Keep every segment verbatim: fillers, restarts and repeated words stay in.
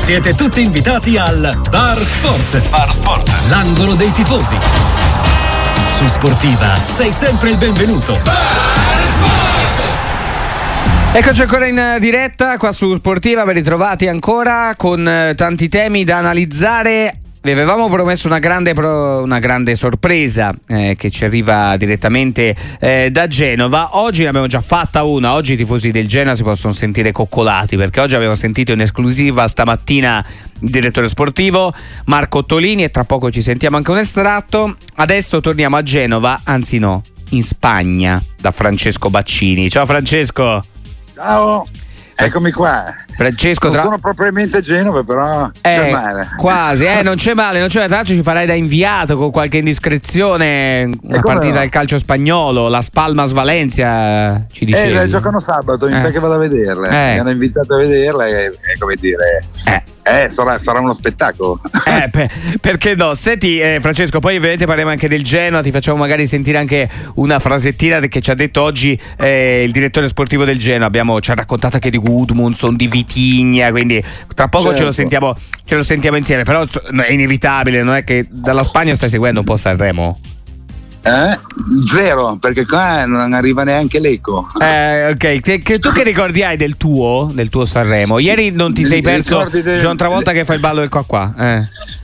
Siete tutti invitati al Bar Sport. Bar Sport. L'angolo dei tifosi. Su Sportiva sei sempre il benvenuto. Bar Sport. Eccoci ancora in diretta qua su Sportiva, ben ritrovati ancora con eh, tanti temi da analizzare. Vi avevamo promesso una grande, pro, una grande sorpresa eh, che ci arriva direttamente eh, da Genova. Oggi ne abbiamo già fatta una, oggi i tifosi del Genoa si possono sentire coccolati, perché oggi abbiamo sentito in esclusiva stamattina il direttore sportivo Marco Ottolini e tra poco ci sentiamo anche un estratto. Adesso torniamo a Genova, anzi no, in Spagna, da Francesco Baccini. Ciao Francesco. Ciao. Eccomi qua. Francesco, non tra... sono propriamente Genova, però eh, c'è male. Quasi, eh, non c'è male, non c'è male. Tra l'altro ci farai da inviato con qualche indiscrezione. Una partita no? del calcio spagnolo, la Spalmas Valencia, ci dicevi. Eh, giocano sabato, mi eh. sa che vado a vederla. Eh. Mi hanno invitato a vederla e, e come dire. Eh. Eh, sarà, sarà uno spettacolo. Eh, per, perché no? Senti eh, Francesco, poi ovviamente parliamo anche del Genoa, ti facciamo magari sentire anche una frasettina che ci ha detto oggi eh, il direttore sportivo del Genoa. Abbiamo, ci ha raccontato anche di Gudmundsson, di Vitigna, quindi tra poco certo. ce, lo sentiamo, ce lo sentiamo insieme, però è inevitabile, non è che dalla Spagna stai seguendo un po' Sanremo? Eh? Zero, perché qua non arriva neanche l'eco. Eh, ok, che, che, tu che ricordi hai del tuo, del tuo Sanremo? Ieri non ti sei perso del... John Travolta che fa il ballo del qua qua. Eh.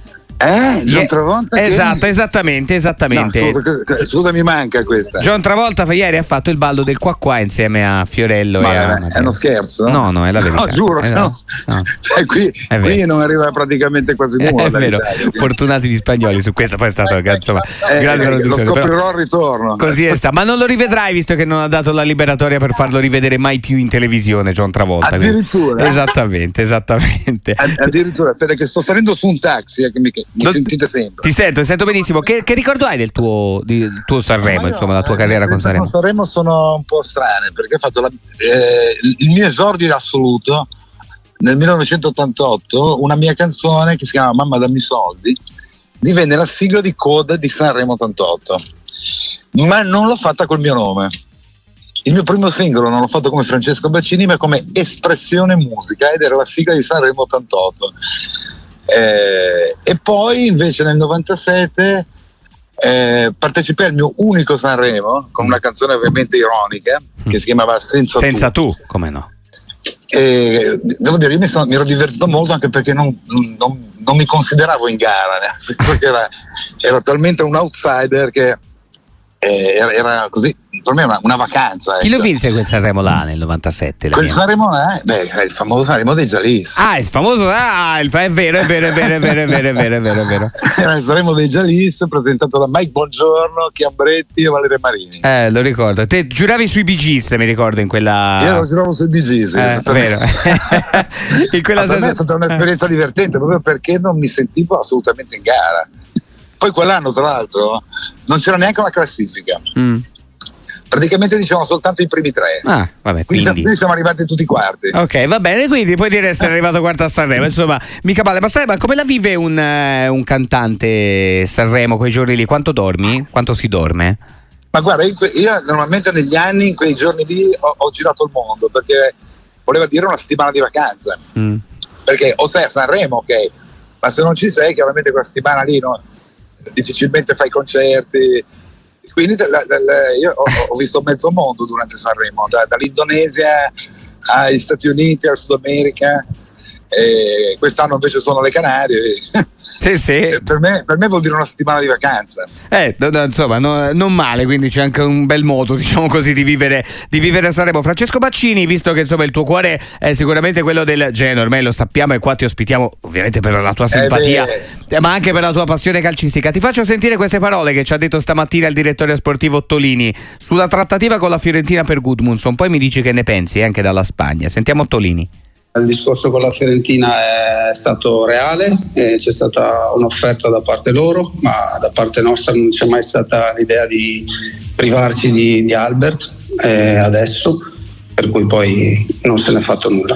Eh? John Travolta? Che... Esatto, esattamente, esattamente. No, scusa, scusa, mi manca questa. John Travolta ieri ha fatto il ballo del qua qua insieme a Fiorello. Ma e a... è uno scherzo? No, no, è la verità. No, giuro, eh, no. no. Cioè, qui, qui non arriva praticamente quasi nulla. È vero, fortunati gli spagnoli su questo, poi è stato insomma eh, grande eh, produzione. Lo scoprirò al ritorno. Così è sta, ma non lo rivedrai visto che non ha dato la liberatoria per farlo rivedere mai più in televisione John Travolta. Addirittura. Quindi... Esattamente, esattamente. Addirittura, aspetta che sto salendo su un taxi, eh, che mi, mi non... sentite sempre. Ti sento, ti sento benissimo. Che, che ricordo hai del tuo, di, del tuo Sanremo, insomma, la tua carriera con Sanremo? Con Sanremo sono un po' strane perché ho fatto la, eh, il mio esordio in assoluto nel millenovecentottantotto, una mia canzone che si chiama Mamma dammi soldi divenne la sigla di coda di Sanremo ottantotto, ma non l'ho fatta col mio nome. Il mio primo singolo non l'ho fatto come Francesco Baccini ma come Espressione Musica ed era la sigla di Sanremo ottantotto. Eh, e poi invece nel novantasette eh, partecipai al mio unico Sanremo con una canzone ovviamente ironica che si chiamava Senza, Senza tu. tu, come no? E devo dire, io mi, sono, mi ero divertito molto anche perché non, non, non mi consideravo in gara, nel senso che era, era talmente un outsider che eh, era, era così, per me una, una vacanza. Chi ecco. lo vinse quel Sanremo là nel novantasette? Quel Sanremo là, beh, è il famoso Sanremo dei Jalis. Ah, il famoso, ah, il, è vero, è vero, è vero, è vero, è vero, è vero, è vero, è vero. Era il Sanremo dei Jalis presentato da Mike Bongiorno, Chiambretti e Valeria Marini. Eh, lo ricordo. Te giuravi sui Bee Gees, mi ricordo, in quella... Io lo giuravo sui Bee Gees. Eh, vero. In quella per me è stata un'esperienza divertente proprio perché non mi sentivo assolutamente in gara. Poi quell'anno, tra l'altro, non c'era neanche una classifica. Mm. Praticamente dicevano soltanto i primi tre. Ah, vabbè, quindi. quindi siamo arrivati tutti i quarti. Ok, va bene, quindi puoi dire di essere arrivato quarto a Sanremo. Insomma, mica male. Ma sai, ma come la vive un, uh, un cantante Sanremo quei giorni lì? Quanto dormi? Quanto si dorme? Ma guarda, io, io normalmente negli anni, in quei giorni lì, ho, ho girato il mondo perché voleva dire una settimana di vacanza. Mm. Perché o sei a Sanremo, ok, ma se non ci sei, chiaramente quella settimana lì no, difficilmente fai concerti. Quindi la, la, la, io ho, ho visto mezzo mondo durante Sanremo, da, dall'Indonesia agli Stati Uniti, al Sud America. E quest'anno invece sono alle Canarie. Sì, sì. Per me, per me vuol dire una settimana di vacanza. Eh, insomma, no, non male, quindi c'è anche un bel modo, diciamo così, di vivere di vivere a Sanremo. Francesco Baccini, visto che insomma il tuo cuore è sicuramente quello del Genoa, ormai lo sappiamo e qua ti ospitiamo ovviamente per la tua simpatia, eh ma anche per la tua passione calcistica. Ti faccio sentire queste parole che ci ha detto stamattina il direttore sportivo Ottolini sulla trattativa con la Fiorentina per Gudmundsson. Poi mi dici che ne pensi anche dalla Spagna. Sentiamo Ottolini. Il discorso con la Fiorentina è stato reale, e c'è stata un'offerta da parte loro, ma da parte nostra non c'è mai stata l'idea di privarci di, di Albert eh, adesso, per cui poi non se n'è fatto nulla.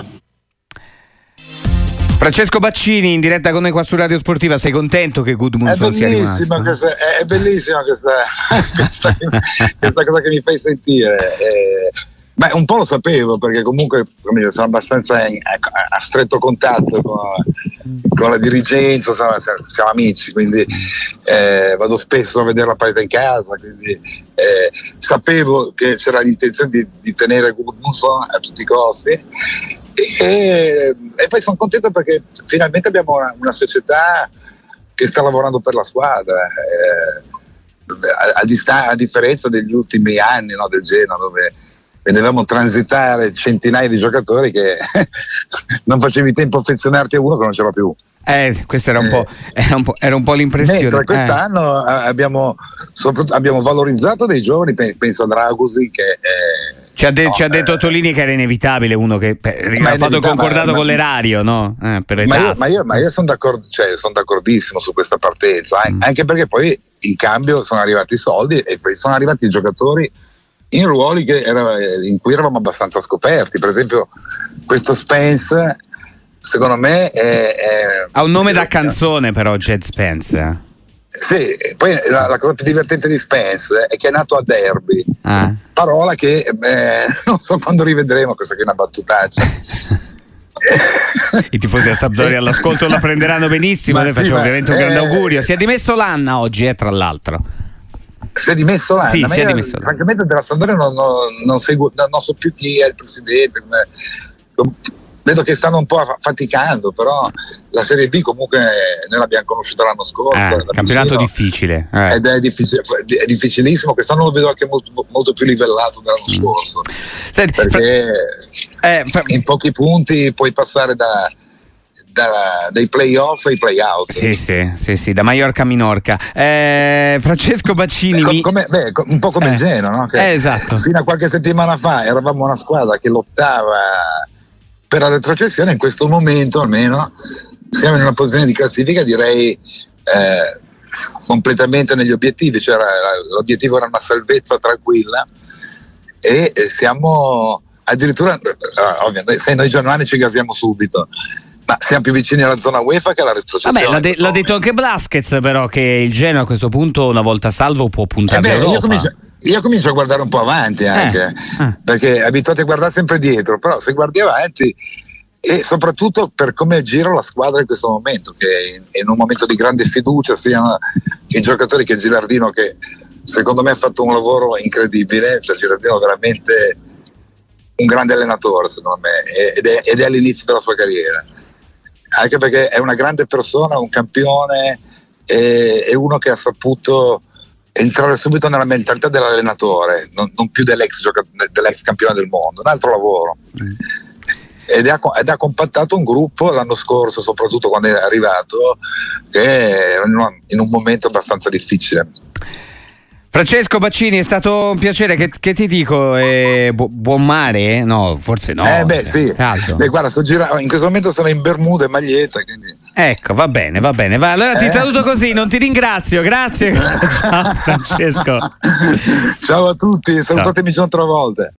Francesco Baccini in diretta con noi qua su Radio Sportiva, sei contento che Gudmundsson sia rimasto? Questa, è bellissima questa, questa, questa cosa che mi fai sentire. Eh, Beh, un po' lo sapevo perché comunque come dire, sono abbastanza in, a, a stretto contatto con, con la dirigenza, siamo, siamo amici, quindi eh, vado spesso a vedere la partita in casa, quindi eh, sapevo che c'era l'intenzione di, di tenere Gudmundsson a tutti i costi e, e poi sono contento perché finalmente abbiamo una, una società che sta lavorando per la squadra, eh, a, a, dista- a differenza degli ultimi anni, no, del Genoa, dove vedevamo transitare centinaia di giocatori che non facevi tempo a affezionarti a uno che non c'era più. Eh, questa era un, po', era un po', era un po' l'impressione. Mentre quest'anno eh. abbiamo, abbiamo valorizzato dei giovani, penso a Dragusi che eh, ci ha, de- no, ci ha detto eh, Tolini che era inevitabile uno che per, ha fatto concordato ma, con l'erario, no? Eh, per le ma, io, ma io, ma io sono d'accordo, cioè, son d'accordissimo su questa partenza, eh, mm. anche perché poi in cambio sono arrivati i soldi e poi sono arrivati i giocatori in ruoli che era, in cui eravamo abbastanza scoperti. Per esempio questo Spence secondo me è, è ha un nome da canzone, però Jed Spence. Sì, poi la, la cosa più divertente di Spence è che è nato a Derby, ah. parola che eh, non so quando rivedremo, questa che è una battutaccia. I tifosi a Sampdoria all'ascolto la prenderanno benissimo, noi sì, facciamo ovviamente un grande eh, augurio. Si è dimesso Lanna oggi, eh, tra l'altro. Si è dimesso Lanna? Sì, ma si io, è dimesso francamente della Sampdoria non, non, non, seguo, non so più chi è il presidente. Vedo che stanno un po' faticando, però la Serie B comunque noi l'abbiamo conosciuta l'anno scorso. Eh, campionato vicino, difficile. Eh. Ed è, difficile, è difficilissimo, quest'anno lo vedo anche molto, molto più livellato dell'anno mm. scorso. Senti, perché fra... eh, fra... in pochi punti puoi passare da... Da, dai playoff ai playout. Sì, sì, sì, sì, da Mallorca a Minorca. Eh, Francesco Baccini. Com, come, beh, un po' come eh, il Genoa, no? Che eh, esatto. Fino a qualche settimana fa eravamo una squadra che lottava per la retrocessione, in questo momento almeno siamo in una posizione di classifica, direi eh, completamente negli obiettivi, cioè l'obiettivo era una salvezza tranquilla e siamo addirittura, ovviamente, se noi giornali ci gasiamo subito, ma siamo più vicini alla zona UEFA che alla retrocessione. Vabbè, l'ha, de- l'ha detto anche Blasquez, però, che il Genoa a questo punto, una volta salvo, può puntare eh beh, io comincio, io comincio a guardare un po' avanti anche, eh, eh. perché abituati a guardare sempre dietro, però se guardi avanti, e soprattutto per come gira la squadra in questo momento, che è in un momento di grande fiducia, sia i giocatori che Gilardino, che secondo me ha fatto un lavoro incredibile, cioè Gilardino è veramente un grande allenatore secondo me, ed è, ed è all'inizio della sua carriera, anche perché è una grande persona, un campione, e, e uno che ha saputo entrare subito nella mentalità dell'allenatore, non, non più dell'ex, gioca- dell'ex campione del mondo, un altro lavoro. Mm. Ed, ha, ed ha compattato un gruppo l'anno scorso, soprattutto quando è arrivato, che era in, una, in un momento abbastanza difficile. Francesco Baccini, è stato un piacere. Che, che ti dico? Eh, bu- buon mare? No, forse no. Eh beh, sì. Beh, guarda, sto girando, in questo momento sono in bermuda e maglietta, quindi. Ecco, va bene, va bene. Va, allora ti eh? saluto così, non ti ringrazio. Grazie. Ciao Francesco. Ciao a tutti, salutatemi già tre volte.